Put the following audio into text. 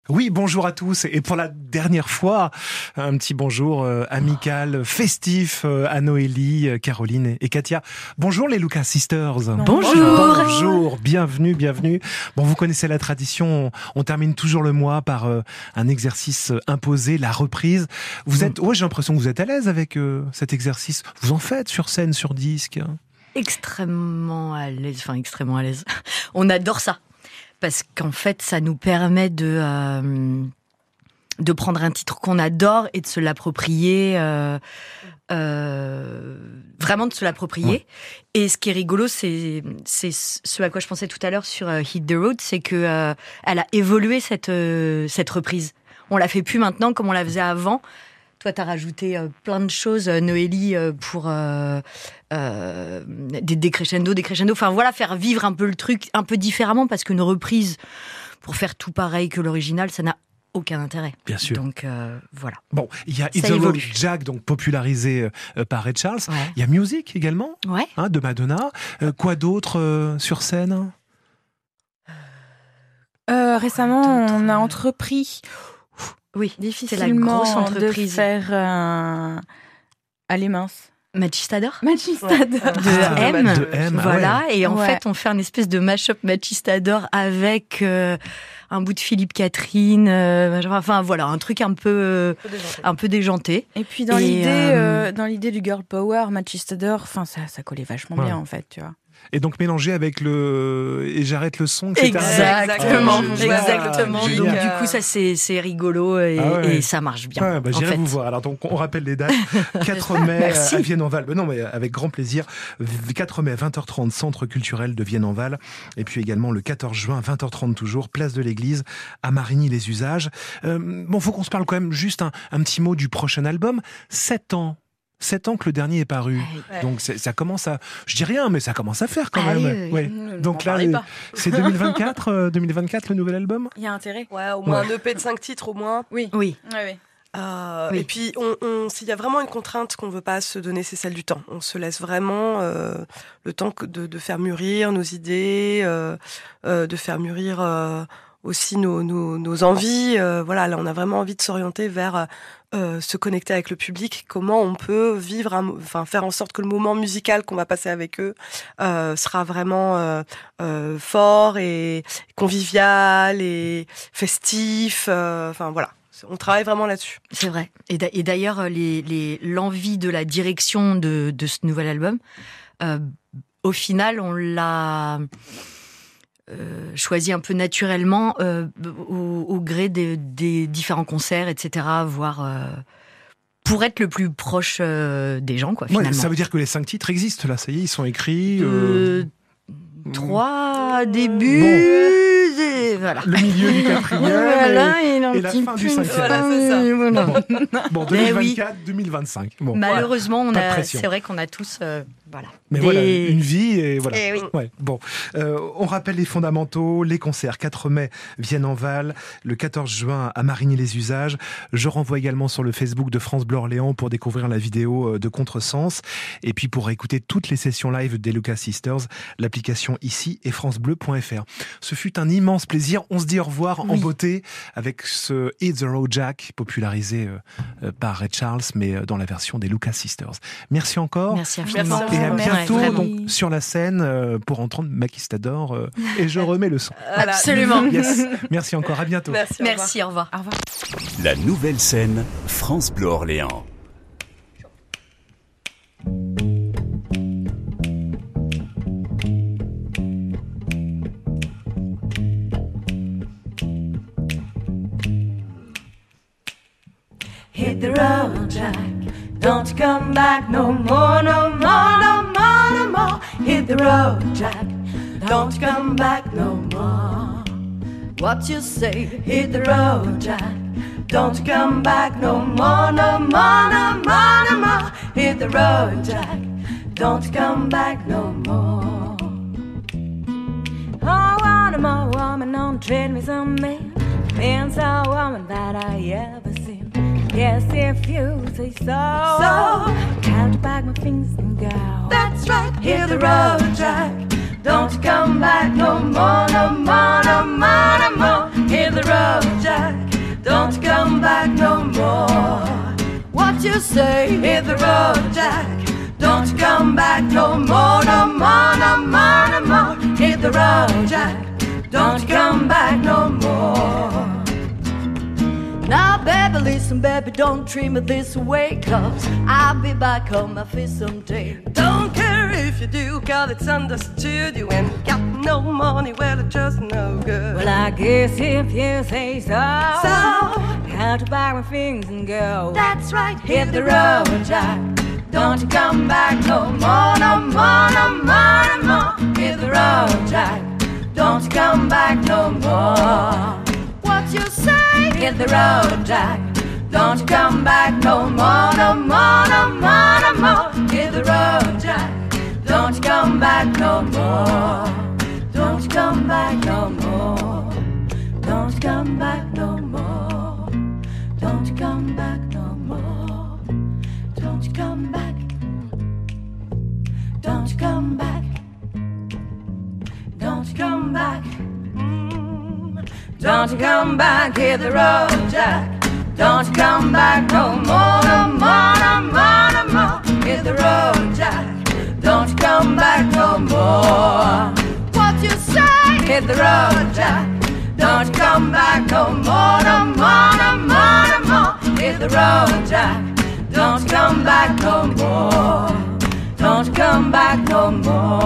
Oui, bonjour à tous. Et pour la dernière fois, un petit bonjour amical, festif à Noélie, Caroline et Katia. Bonjour les Lucas Sisters. Bonjour. Bonjour, bienvenue. Bon, vous connaissez la tradition, on termine toujours le mois par un exercice imposé, la reprise. Vous êtes, j'ai l'impression que vous êtes à l'aise avec cet exercice. Vous en faites sur scène, sur disque? Extrêmement à l'aise. On adore ça. Parce qu'en fait, ça nous permet de prendre un titre qu'on adore et de se l'approprier, vraiment de se l'approprier. Ouais. Et ce qui est rigolo, c'est ce à quoi je pensais tout à l'heure sur Hit the Road, c'est que elle a évolué cette reprise. On la fait plus maintenant comme on la faisait avant. Toi, t'as rajouté plein de choses, Noélie, pour des crescendo. Enfin voilà, faire vivre un peu le truc un peu différemment, parce qu'une reprise, pour faire tout pareil que l'original, ça n'a aucun intérêt. Bien sûr. Donc voilà. Bon, il y a It's a Road Jack, donc popularisé par Ray Charles. Ouais. Il y a Music également, ouais. De Madonna. Quoi d'autre sur scène? Récemment, on a entrepris... Oui, difficilement c'est la grosse entreprise. De faire Allez mince. Machistador de M, voilà. Ouais. Et en fait, on fait un espèce de mash-up Machistador avec un bout de Philippe Catherine. Enfin voilà, un truc un peu déjanté. Et puis dans l'idée du girl power, Machistador, enfin ça collait vachement bien en fait, tu vois. Et donc mélangé avec et j'arrête le son, etc. Exactement. Donc du coup, ça c'est rigolo et ça marche bien. Ouais, j'irai vous voir. Alors donc on rappelle les dates. 4 mai à Vienne-en-Val. Non, mais avec grand plaisir. 4 mai 20h30, Centre culturel de Vienne-en-Val. Et puis également le 14 juin 20h30 toujours, place de l'Église à Marigny-les-Usages. Faut qu'on se parle quand même juste un petit mot du prochain album. 7 ans que le dernier est paru. Ouais. Donc ça commence à... Je dis rien, mais ça commence à faire quand même. Oui. Donc là, c'est 2024 le nouvel album? Il y a intérêt. Ouais, au moins un EP de 5 titres au moins. Oui. Et puis, s'il y a vraiment une contrainte qu'on ne veut pas se donner, c'est celle du temps. On se laisse vraiment le temps de faire mûrir nos idées, de faire mûrir aussi nos envies. Voilà, là, on a vraiment envie de s'orienter vers se connecter avec le public. Comment on peut faire en sorte que le moment musical qu'on va passer avec eux sera vraiment fort et convivial et festif. Voilà. On travaille vraiment là-dessus. C'est vrai. Et d'ailleurs, l'envie de la direction de ce nouvel album, au final, on l'a choisi un peu naturellement au gré des différents concerts, etc. Voire pour être le plus proche des gens, quoi. Finalement. Ouais, ça veut dire que les 5 titres existent là. Ça y est, ils sont écrits. 3 débuts. Voilà. Le milieu du 4e et la fin du 5e. Voilà, c'est ça. Bon, 2024, 2025. Bon, malheureusement, c'est vrai qu'on a tous... Mais voilà, une vie et voilà. Et oui. Ouais, bon. On rappelle les fondamentaux, les concerts. 4 mai, Vienne-en-Val. Le 14 juin, à Marigny-les-Usages. Je renvoie également sur le Facebook de France Bleu Orléans pour découvrir la vidéo de Contresens. Et puis pour écouter toutes les sessions live des Lucas Sisters, l'application ici est francebleu.fr. Ce fut un immense plaisir. On se dit au revoir en beauté avec ce Hit the Road Jack, popularisé par Ray Charles, mais dans la version des Lucas Sisters. Merci encore. Merci infiniment. Et à bientôt donc, sur la scène pour entendre Machistador et je remets le son. Absolument. Yes. Merci encore, à bientôt. Merci, au revoir. Au revoir. La nouvelle scène, France Bleu Orléans. Hit the road, Jack. Don't come back no more, no more, no more, no more. Hit the road, Jack. Don't come back no more. What you say? Hit the road, Jack. Don't come back no more, no more, no more, no more. Hit the road, Jack. Don't come back no more. Oh, one more woman, don't trade me some man. Man's a woman that I ever seen. Yes, if you say so, count back my fingers and go. That's right, hit the road, Jack. Don't come back no more, no more, no more, no more. Hit the road, Jack. you say? Hit the road, Jack. Don't you come back no more, no more, no more, no more. Hit the road, Jack. Don't you come back no more. Now, baby, listen, baby, don't treat me this way, 'cause I'll be back on my feet someday. Don't care if you do, 'cause it's understood. You ain't got no money, well, it's just no good. Well, I guess if you say so, have to pack my things and go. That's right, hit the road, Jack. Don't you come back no more, no more, no more, no more. Hit the road, Jack. Don't you come back no more. What you say? Hit the road, Jack. Don't you come back no more, no more, no more, no more. Hit the road, Jack. Don't you come back no more. Don't you come back no more. Don't you come back no more. Don't you come back no more. Don't you come back. Don't you come back. Don't you come back. Don't you come back, hit the road, Jack. Don't you come back no more, no more, no more, no more. Hit the road, Jack. Don't you come back no more. What you say? Hit the road, Jack. Don't you come back no more, no more, no more, no more. Hit the road, Jack. Don't you come back no more. Don't you come back no more.